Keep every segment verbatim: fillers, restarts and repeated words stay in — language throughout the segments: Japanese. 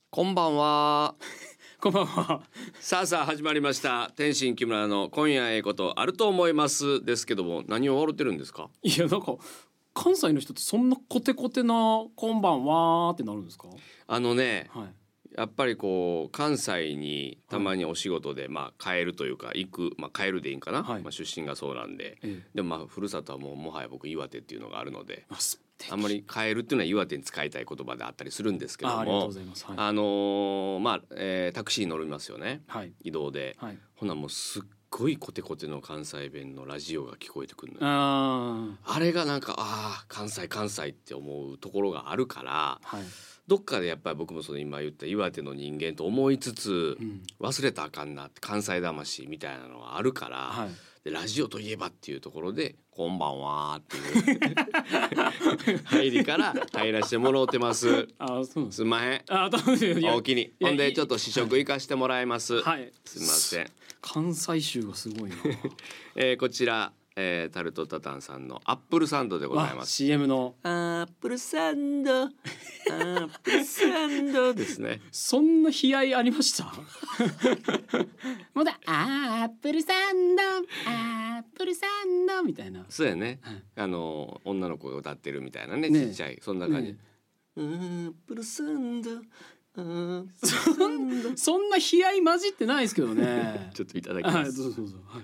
こんばんは。 こんばんは。 さあさあ始まりました天心木村の今夜ええことあると思いますですけども、何を笑ってるんですか？ いやなんか関西の人ってそんなコテコテなこんばんはってなるんですか？ あのね、 はい。 やっぱりこう関西にたまにお仕事で、まあ帰るというか行く、まあ帰るでいいんかな、 はいまあ出身がそうなんで、 ええ、 でもまあふるさとはもうもはや僕岩手っていうのがあるので、 あ素敵。 あんまり帰るっていうのは岩手に使いたい言葉であったりするんですけども、 あありがとうございます。はい。 あのーまあ、えータクシーに乗りますよね、 はい移動で、 はい。 ほなもうすっごいコテコテの関西弁のラジオが聞こえてくるのよ。 ああれがなんかああ関西関西って思うところがあるから、 あはい。 どっかでやっぱり僕もその今言った岩手の人間と思いつつ、 うん忘れたらあかんなって関西魂みたいなのがあるから、 はい。 でラジオといえばっていうところでこんばんはっていう入りから入らせてもらってます。 あそうなんです。 すんまへん。 あどうもいやおおきに。 いやいいほんでちょっと試食行かしてもらいます。 はい。 すいません。 関西州がすごいな。 えー、こちら、えー、タルトタタンさんのアップルサンドでございます。 シーエム のアップルサンド、アップルサンドですね。 そんな悲哀ありました？まだアップルサンドアップルサンドみたいな。 そうやね。 はいあの女の子が歌ってるみたいなね、 ねちっちゃいそんな感じ。 ねアップルサンド、アップルサそンド。 んそんな悲哀混じってないですけどね。 ちょっといただきはい、どうます。 ぞどうぞ。はい。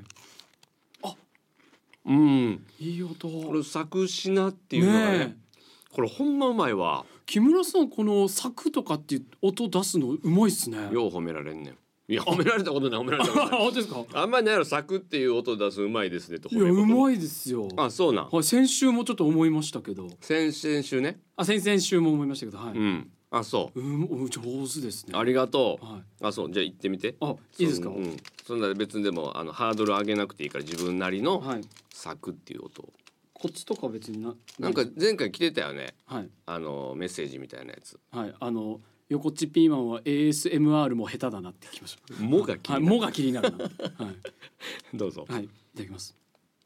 うん。 いい音。 これ作詞なっていうのがね、 ねえこれほんまうまいわ。 木村さんこのサクとかっていう音出すのうまいっすね。 よう褒められんねん。いや褒められたことない褒められたことない。 本当ですか？ あんまりないやろサクっていう音出すうまいですねといや褒め言葉。 うまいですよ。 あそうなん。 はい、先週もちょっと思いましたけど、 先々週ね。 あ先々週も思いましたけど、はい。 うん。あそううん、お上手ですね。 う。ありがとう。 はい。 あそうじゃあ行ってみて。 あいいですか？ そ,、うん、そんな別にでもあのハードル上げなくていいから自分なりのはい。 サクっていう音を。 コツとか別にななんか前回来てたよね。 はいあのメッセージみたいなやつ。 はいあの横っちピーマンは エーエスエムアール も下手だなって聞きました。 もが気はい、 になる。 もが気になるな。はいどうぞ。 はいいただきます。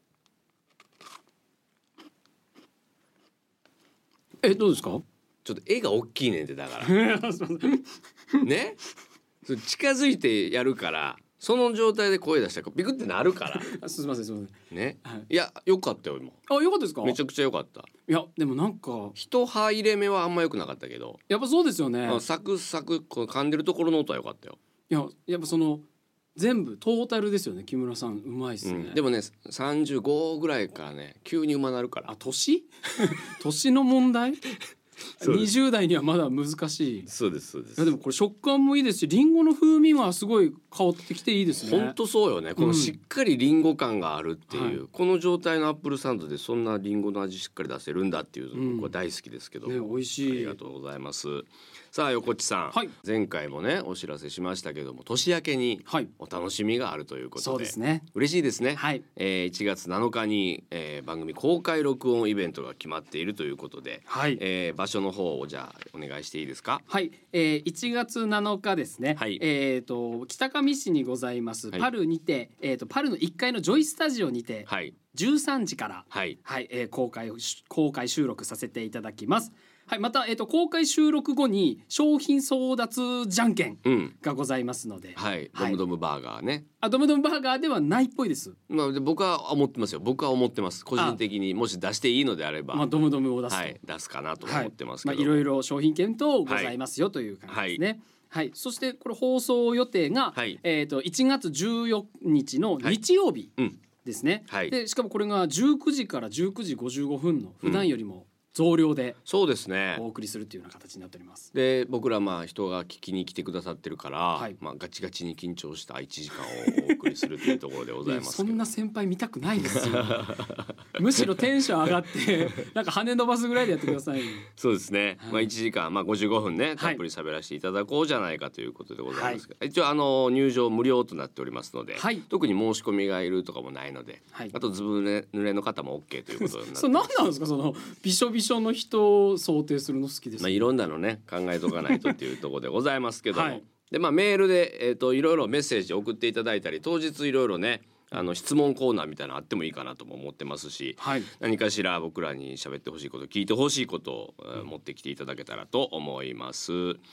えどうですか？ ちょっと絵が大きいねんてだから。 すいません。 ね。それ近づいてやるからその状態で声出したらビクってなるからあすみませんすみません。 ね。 はいいや良かったよ今。 あよかったですか？ めちゃくちゃ良かった。 いやでもなんか一歯入れ目はあんま良くなかったけど、 やっぱそうですよね。 あサクサクこう噛んでるところの音は良かったよ。 いややっぱその全部トータルですよね。木村さんうまいっすね。 うん、でもねさんじゅうごぐらいからね急にうまなるからあ年年の問題？ そうですにじゅう代にはまだ難しい。いそうですそうですやでもこれ食感もいいですし、リンゴの風味はすごい香ってきていいですね。 本当そうよね。このしっかりリンゴ感があるっていう、 はいこの状態のアップルサンドでそんなリンゴの味しっかり出せるんだっていううん僕は大好きですけども、 ね美味しい。 ありがとうございます。さあ横地さん、 はい前回もねお知らせしましたけども年明けにはいお楽しみがあるということで、 そうですね。 嬉しいですね。 はいえー、いちがつなのかに、えー、番組公開録音イベントが決まっているということで、 はい、 えー、場所の方をじゃあお願いしていいですか？ はい、えー、いちがつなのかですね。 はいえっ、と北上市にございますはいパルにて、えっ、とパルのいっかいのジョイスタジオにてはいじゅうさんじからはいはい、えー、公開をし公開収録させていただきます。はい、またえっ、と公開収録後に商品争奪じゃんけんうんがございますので、 はい、 はいドムドムバーガーね。 あドムドムバーガーではないっぽいです。 まあ、で僕は思ってますよ。僕は思ってます。個人的にもし出していいのであれば、 まあドムドムを出すと、 はい、出すかなとはい思ってますけど、 まあいろいろ商品券等ございますよという感じですね。はい、そしてこれ放送予定が、 はいえっ、といちがつじゅうよっかの日曜日うんですね。 はいでしかもこれがじゅうくじからじゅうくじごじゅうごふんの普段よりも増量でそうですね。 お送りするというような形になっております。 で僕らまあ人が聞きに来てくださってるから、 はいまあ、ガチガチに緊張したいちじかんをお送りするというところでございますけどそんな先輩見たくないですよ。むしろテンション上がってなんか羽伸ばすぐらいでやってください。 そうですね、 はいまあ、いちじかん、まあ、ごじゅうごふんねたっぷり喋らせていただこうじゃないかということでございますが、一応あの入場無料となっておりますので、 はい特に申し込みがいるとかもないので、 はいあとずぶ濡れの方も OK ということになってそれ何なんですかそのびしょびしょの人を想定するの好きです、 まあ、いろんなのね考えとかないとっていうところでございますけども、 はいでまあ、メールで、えー、といろいろメッセージ送っていただいたり当日いろいろねあの質問コーナーみたいなのあってもいいかなとも思ってますし、 はい何かしら僕らに喋ってほしいこと聞いてほしいことを、えー持ってきていただけたらと思います。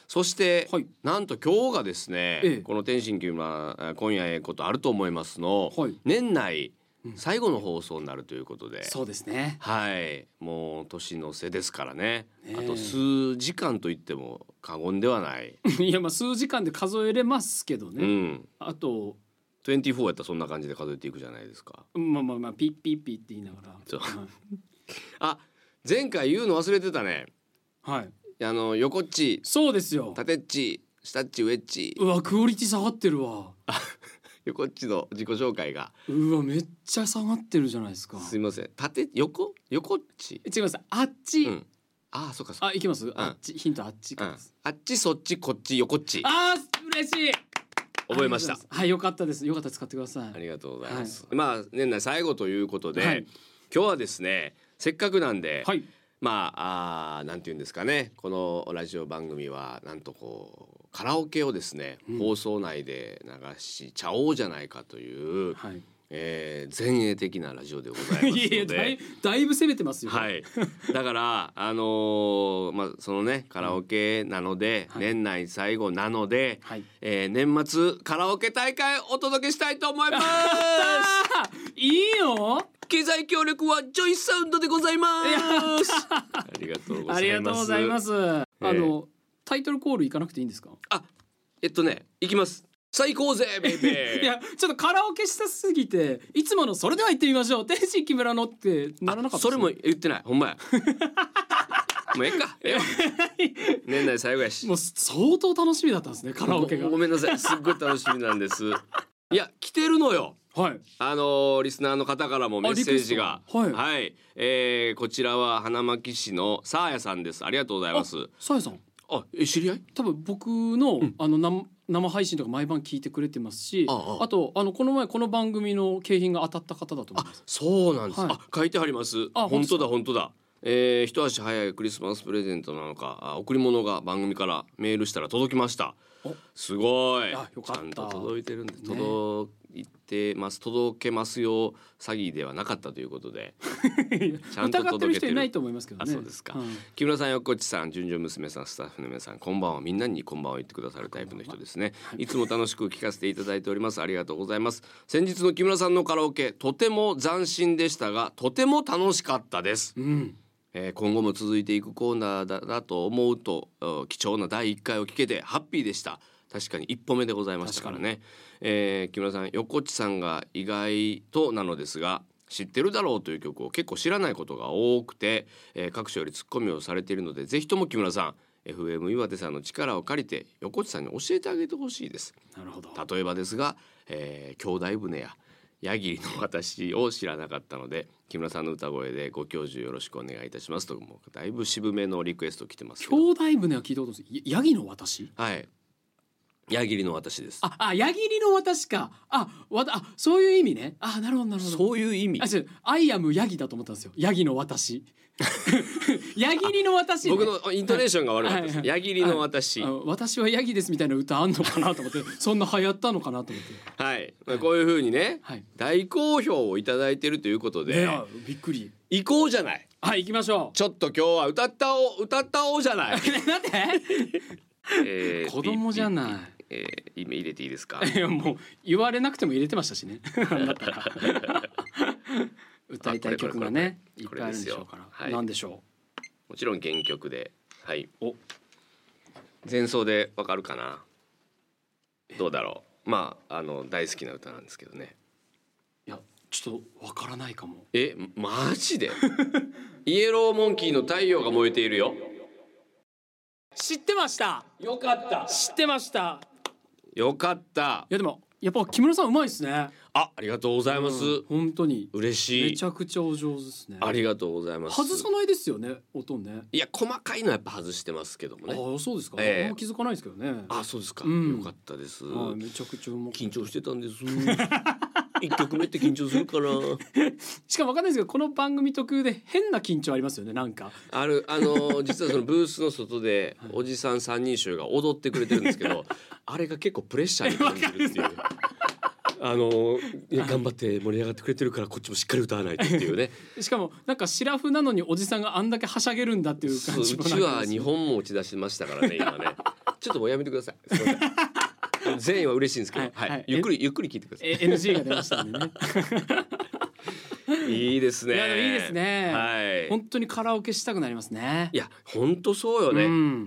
そして、 はい、 なんと今日がですね、 ええ、 この天心木村今夜ええことあると思いますの、 はい、 年内最後の放送になるということで、うん、 そうですね、 はい、もう年の瀬ですからね、 ね、 あと数時間と言っても過言ではないいやまあ数時間で数えれますけどね、 うん、 あとにじゅうよんやったらそんな感じで数えていくじゃないですか。 まあまあまあピッピッピッって言いながら、 はい、あ、前回言うの忘れてたね。 はい、 あの横っち、 そうですよ、 縦っち、下っち、上っち、 うわクオリティ下がってるわ横っちの自己紹介がうわめっちゃ下がってるじゃないですか。 すいません、縦横横っち違います、あっち、うん、 ああそうかそうか、 あ、いきます、うん、あっち、ヒントあっちか、うん、 あっちそっちこっち横っち、 あー嬉しい、 覚えました。 はい、よかったです、よかったら使ってください。 ありがとうございます、はい、まあ年内最後ということで、はい、今日はですねせっかくなんで、はい、まあ、あなんていうんですかね、このラジオ番組はなんとこうカラオケをですね、うん、放送内で流しちゃおうじゃないかという、はい、えー、前衛的なラジオでございますのでいやだい、だいぶ攻めてますよ、 はい、だからあのー、まあそのねカラオケなので、うん、年内最後なので、はい、えー、年末カラオケ大会お届けしたいと思いますいいよ、 経済協力はジョイサウンドでございますありがとうございます。 ありがとうございます、えー、あのタイトルコール行かなくていいんですか？ あ、えっとね行きます。最高ぜベイベーいやちょっとカラオケしたすぎていつものそれでは行ってみましょう天心木村のってならなかった、ね、 それも言ってないほんまやもうええか、ええ年内最後やしもう相当楽しみだったんですねカラオケが。 ご, ごめんなさいすっごい楽しみなんですいや来てるのよ、はい、あのー、リスナーの方からもメッセージが、はい、はい、えー、こちらは花巻市のさあやさんです。ありがとうございます。 さあやさん、 あ、え知り合い？ 多分僕の、うん、あの生生配信とか毎晩聞いてくれてますし、あ, あ, あとあのこの前この番組の景品が当たった方だと思います。 あ、そうなんです、はい、あ、書いてあります。あ、本当だ本当だ。えー、一足早いクリスマスプレゼントなのか、あ、贈り物が番組からメールしたら届きました。すごい、 あ、よかった、 ちゃんと届いてるんで、ね、届いてます届けますよ詐欺ではなかったということでちゃんと届けてる。疑ってる人いないと思いますけどね。 あ、そうですか、うん、木村さん、横地さん、純情娘さん、スタッフの皆さん、こんばんは。みんなにこんばんは言ってくださるタイプの人ですね。いつも楽しく聞かせていただいております。ありがとうございます。先日の木村さんのカラオケ、とても斬新でしたがとても楽しかったです、うん、えー、今後も続いていくコーナー だ, だと思うと貴重なだいいっかいを聞けてハッピーでした。確かに一歩目でございましたからね。えー、木村さん、横地さんが意外となのですが知ってるだろうという曲を結構知らないことが多くて、えー、各所よりツッコミをされているので、ぜひとも木村さん エフエム 岩手さんの力を借りて横地さんに教えてあげてほしいです。 なるほど。 例えばですが、えー、兄弟船や矢切の私を知らなかったので木村さんの歌声でご教授よろしくお願いいたしますと、もうだいぶ渋めのリクエスト来てますけど。 兄弟船は聞いたことです。ヤギの私、 はい、矢切の私です。 ああ、矢切の私か。あ、わた、あ、そういう意味ね。あ、なるほどなるほど。 そういう意味。 あ、違う、アイアムヤギだと思ったんですよ。ヤギの私。矢切の私、ね、 僕のイントネーションが悪かったです。はいはいはい、矢切の私、 はい、私はヤギですみたいな歌あんのかなと思って、そんな流行ったのかなと思って。 はい、はい、こういう風にね、はい、大好評をいただいているということで、 ね、びっくり。 行こうじゃない。 はい、行きましょう。 ちょっと今日は歌ったお歌ったおうじゃない。 なんで？えー、子供じゃない。 えー、入れていいですか？ いや、もう言われなくても入れてましたしね。だったら歌いたい曲がねいっぱいあるんでしょうから。はい、何でしょう。 もちろん原曲で、はい。お、前奏でわかるかな。どうだろう。まああの大好きな歌なんですけどね。 いや、ちょっとわからないかも。 え、マジで？イエローモンキーの太陽が燃えているよ。 知ってました。 よかった。 知ってました。 よかった。 いやでもやっぱ木村さんうまいですね。 あ、ありがとうございます。うん、 本当に嬉しい。 めちゃくちゃお上手ですね。 ありがとうございます。 外さないですよね、音ね。 いや、細かいのはやっぱ外してますけどもね。 ああ、そうですか。えー、あんま気づかないですけどね。 あ、そうですか。うん、よかったです。 はい、めちゃくちゃうまく緊張してたんです。一曲目って緊張するから。 しかもわかんないですけど、この番組特有で変な緊張ありますよね。なんかある、あの実はそのブースの外でおじさん三人衆が踊ってくれてるんですけど、あれが結構プレッシャーに感じるっていう。あの頑張って盛り上がってくれてるからこっちもしっかり歌わないとっていうね。 しかもなんかシラフなのにおじさんがあんだけはしゃげるんだっていう感じも。 うちはにほんも打ち出しましたからね今ね。 ちょっともうやめてください。すいません全員は嬉しいんですけど、はいはいはい、ゆっくりゆっくり聞いてください。 エヌジー が出ましたんでねいいですね。 いやいいですね。 はい。 本当にカラオケしたくなりますね。 いや本当そうよね。うん、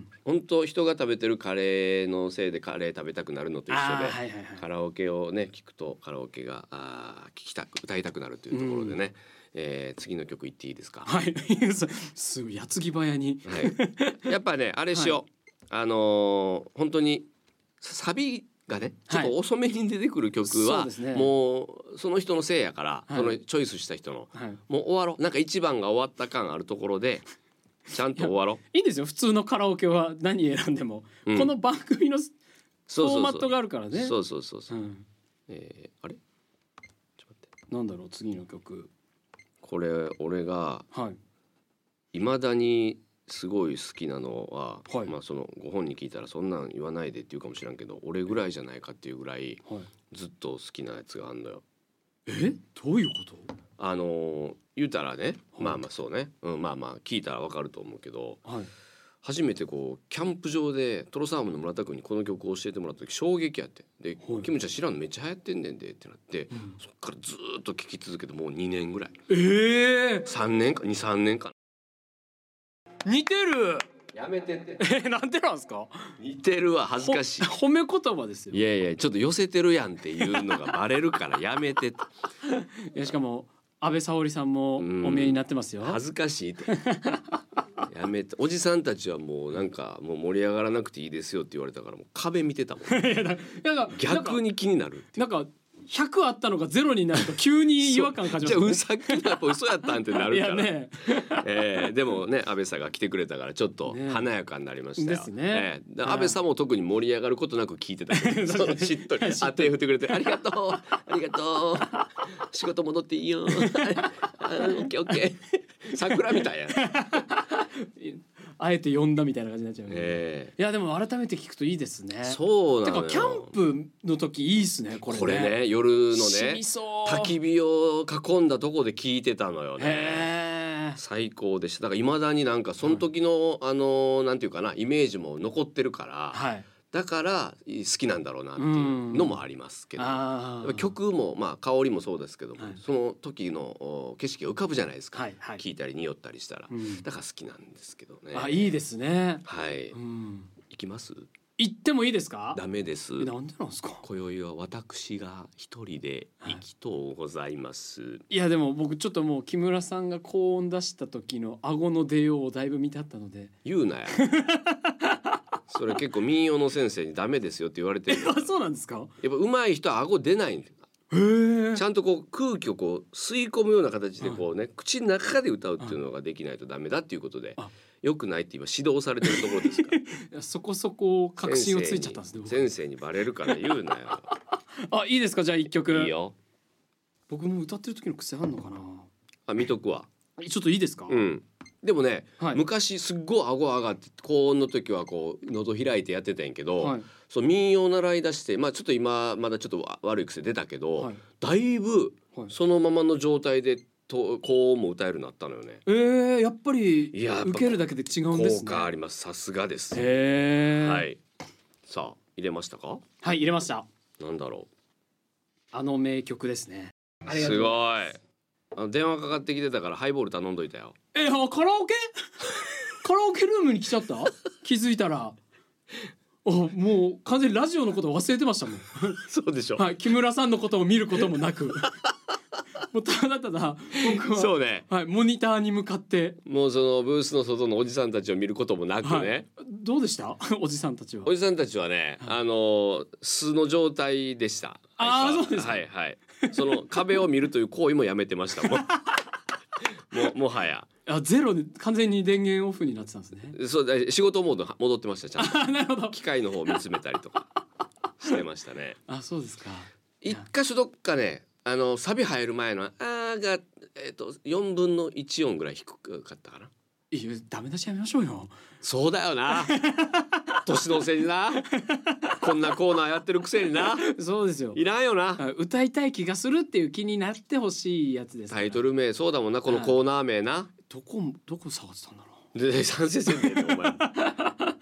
本当人が食べてるカレーのせいでカレー食べたくなるのと一緒で、はいはいはい、カラオケをね聞くとカラオケがあ聞きたく歌いたくなるというところでね。うん、えー、次の曲いっていいですか。 はいすぐ矢継ぎ早に、 はい、やっぱねあれしよう、はい、あのー、本当にサビがねちょっと遅めに出てくる曲は、はい、ね、もうその人のせいやから、はい、そのチョイスした人の、はい、もう終わろう。なんか一番が終わった感あるところでちゃんと終わろう。 いいんですよ普通のカラオケは何選んでも、うん、この番組のフォーマットがあるからね。 そうそうそうそう、うん、えー、あれちょっと待って、 なんだろう次の曲。 これ俺がいまだにすごい好きなのは、はい、まあそのご本人聞いたらそんなん言わないでって言うかもしれんけど俺ぐらいじゃないかっていうぐらいずっと好きなやつがあんのよ。 えどういうこと？ あのー、言うたらね、はい、まあまあそうね、うん、まあまあ聞いたらわかると思うけど、はい、初めてこうキャンプ場でトロサーモンの村田君にこの曲を教えてもらった時衝撃やってで、はい、キムちゃん知らんのめっちゃ流行ってんねんでってなって、うん、そっからずっと聴き続けてもうにねんぐらい。 えー、 さんねんかにさんねんか似てる。 やめてってえなんでなんですか。 似てるわ恥ずかしい。 褒め言葉ですよ。 いやいやちょっと寄せてるやんっていうのがバレるからやめてっていやしかも安倍沙織さんもお見えになってますよ。 恥ずかしいってやめて。おじさんたちはもうなんかもう盛り上がらなくていいですよって言われたからもう壁見てたもんいやだなんか逆に気になるっていう。なんかひゃくあったのがゼロになると急に違和感感じます、 ね、じゃあさっきのやっぱ嘘やったんってなるからねえー、でもね安倍さんが来てくれたからちょっと華やかになりましたよ、 ねですねえー、安倍さんも特に盛り上がることなく聞いてたけどそのしっとりあ手振ってくれてありがとうありがとう仕事戻っていいよあオッケーオッケー桜みたいやあえて呼んだみたいな感じになっちゃう、ねえー、 いやでも改めて聞くといいですね。 そうなのよ。 てかキャンプの時いいっすねこれね。 これね夜のね焚き火を囲んだとこで聞いてたのよね。最高でした。だから未だになんかその時の、うん、あのなんていうかなイメージも残ってるから、はい、だから好きなんだろうなっていうのもありますけど、やっぱ曲もまあ香りもそうですけども、はい、その時の景色が浮かぶじゃないですか、はいはい、聞いたり匂ったりしたら、うん、だから好きなんですけどね。 あいいですね。 はい、うん、行きます？ 行ってもいいですか？ ダメです。 なんでなんですか？ 今宵は私が一人で行きとうございます、はい、 いやでも僕ちょっともう木村さんが高音出した時の顎の出ようをだいぶ見てあったので。 言うなやそれ結構民謡の先生にダメですよって言われてる。 あそうなんですか？ やっぱ上手い人は顎出ないんだ。へちゃんとこう空気をこう吸い込むような形でこうね、はい、口の中で歌うっていうのができないとダメだっていうことで、よくないって今指導されてるところですからいやそこそこ確信をついちゃったんですね。 先生にバレるから言うなよあいいですか？じゃあ一曲いいよ。 僕も歌ってる時の癖あんのかなあ見とくわ。 ちょっといいですか？ うんでもね、はい、昔すっごい顎上がって高音の時はこう喉開いてやってたんやけど、はい、そう民謡習い出してまあちょっと今まだちょっと悪い癖出たけど、はい、だいぶそのままの状態でと高音も歌えるようになったのよね。 えー、やっぱり受けるだけで違うんですね。 効果あります。さすがです。 へー、 はい。さあ入れましたか？ はい入れました。なんだろう。 あの名曲ですね。 すごい。あの電話かかってきてたからハイボール頼んどいたよ。 えー、カラオケカラオケルームに来ちゃった気づいたらおもう完全にラジオのこと忘れてましたもんそうでしょ、 はい、木村さんのことを見ることもなくもうただただ僕はそうね、 はい、モニターに向かってもうそのブースの外のおじさんたちを見ることもなくね、はい、 どうでしたおじさんたちは。 おじさんたちはね、はい、あの素の状態でした。 ああそうですか。 はいはいその壁を見るという行為もやめてましたもんも, もはやあゼロで完全に電源オフになってたんですね。 そう仕事モード戻ってましたちゃんとあなるほど。 機械の方を見つめたりとかしてましたね。 あそうですか。 一箇所どっかねあのサビ入る前のあーが、えー、とよんぶんのいち音ぐらい低かったかな。 いやダメ出しやめましょうよ。 そうだよな年のせいになこんなコーナーやってるくせになそうですよ。 いらんよな。 歌いたい気がするっていう気になってほしいやつですから。 タイトル名そうだもんなこのコーナー名な。 どこどこ探ってたんだろうで賛成せんねんお前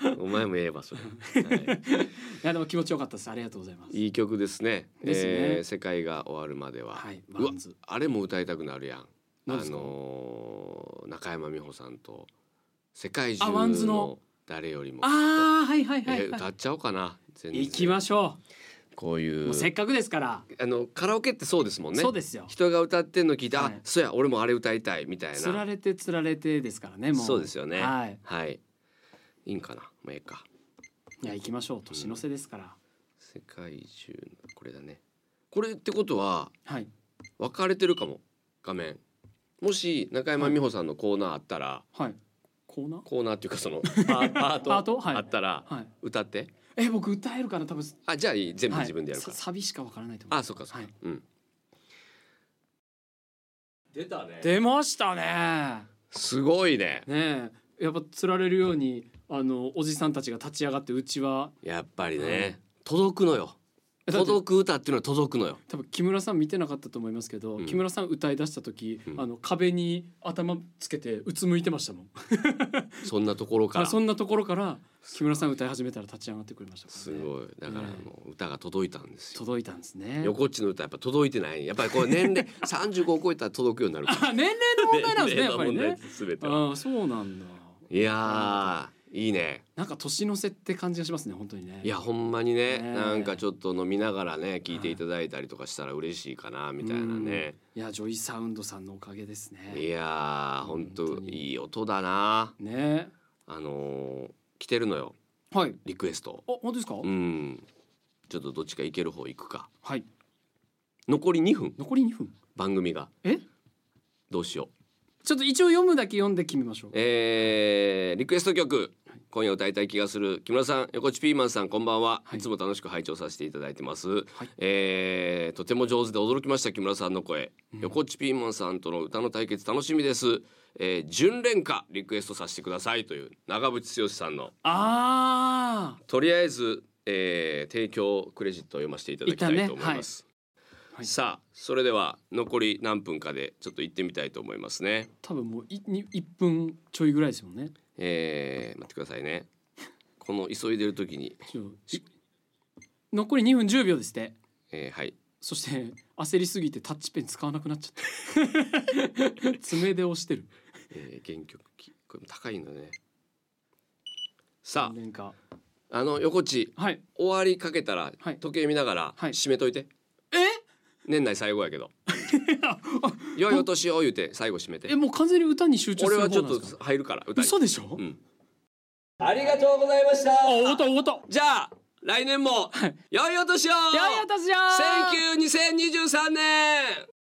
お前もええわそれ、はい、いやでも気持ちよかったです。ありがとうございます。 いい曲ですね。 ですね、 えー、世界が終わるまでは、 はい、 うわあれも歌いたくなるやん。あのー、中山美穂さんと世界中の誰よりも、 ああはいはいはい、はい、 えー、歌っちゃおうかな。全然行きましょう。こういうせっかくですからあのカラオケってそうですもんね。 そうですよ。 人が歌ってんの聞いて、はい、あそうや俺もあれ歌いたいみたいな。 つられてつられてですからね。もうそうですよね。 はい、 はい、いいんかな。もうええか。 いや行きましょう。年の瀬ですから、うん、 世界中のこれだね。これってことは、 はい、 分かれてるかも画面。もし中山美穂さんのコーナーあったら、 はい、コーナーコーナーっていうかそのパーパートパート、はい、 あったら、 はい、 歌って。 え僕歌えるかな多分。 あじゃあいい全部自分でやるから、 はい、サビしかわからないと思う。 あそうかそうか、はい、うん。出たね。 出ましたね。 すごいね。 ねえやっぱつられるようにあのおじさんたちが立ち上がってうちはやっぱりね、うん、届くのよ。届く歌っていうのは届くのよ。 多分木村さん見てなかったと思いますけど、うん、木村さん歌い出した時、うん、あの壁に頭つけてうつむいてましたもんそんなところからそんなところから木村さん歌い始めたら立ち上がってくれましたからね。 すごい。だからもう歌が届いたんですよ。 届いたんですね。 横っちの歌やっぱ届いてない。やっぱりこう年齢さんじゅうごを超えたら届くようになるからあ年齢の問題なんですねやっぱりね。 全てあそうなんだ。 いやいいね。 なんか年の瀬って感じがしますね本当にね。 いやほんまにね、ねなんかちょっと飲みながらね聞いていただいたりとかしたら嬉しいかなみたいなね。 いやジョイサウンドさんのおかげですね。 いや本当いい音だな。 ねあのー、来てるのよ。 はい。 リクエスト。 あ本当ですか。 うんちょっとどっちか行ける方行くか。 はい。 残りにふん。 残りにふん。 番組が。 えどうしよう。 ちょっと一応読むだけ読んで決めましょう。 えー、リクエスト曲、はい、今夜歌いたい気がする。木村さん、横地ピーマンさんこんばんは、はい、いつも楽しく拝聴させていただいてます、はい、えー、とても上手で驚きました木村さんの声、うん、横地ピーマンさんとの歌の対決楽しみです、えー、純恋歌リクエストさせてくださいという長渕剛さんのあとりあえず、えー、提供クレジットを読ませていただきたいと思います、はい、さあそれでは残り何分かでちょっと行ってみたいと思いますね。 多分もういいっぷんちょいぐらいですもんね。 えー、待ってくださいね。この急いでる時に残りにふんじゅうびょうですって、 えー、はい。 そして焦りすぎてタッチペン使わなくなっちゃった爪で押してる、 えー、原曲機これ高いのね。さああの横地、はい、終わりかけたら、はい、時計見ながら締めといて、 はい、え年内最後やけど良いお年を言うて最後締めて。 えもう完全に歌に集中する方なんですか。 俺はちょっと入るから歌に。 嘘でしょ、 うん、ありがとうございました。 あ終わった終わった。 じゃあ来年も良いお年を。 良いお年を。 センキューにせんにじゅうさんねん。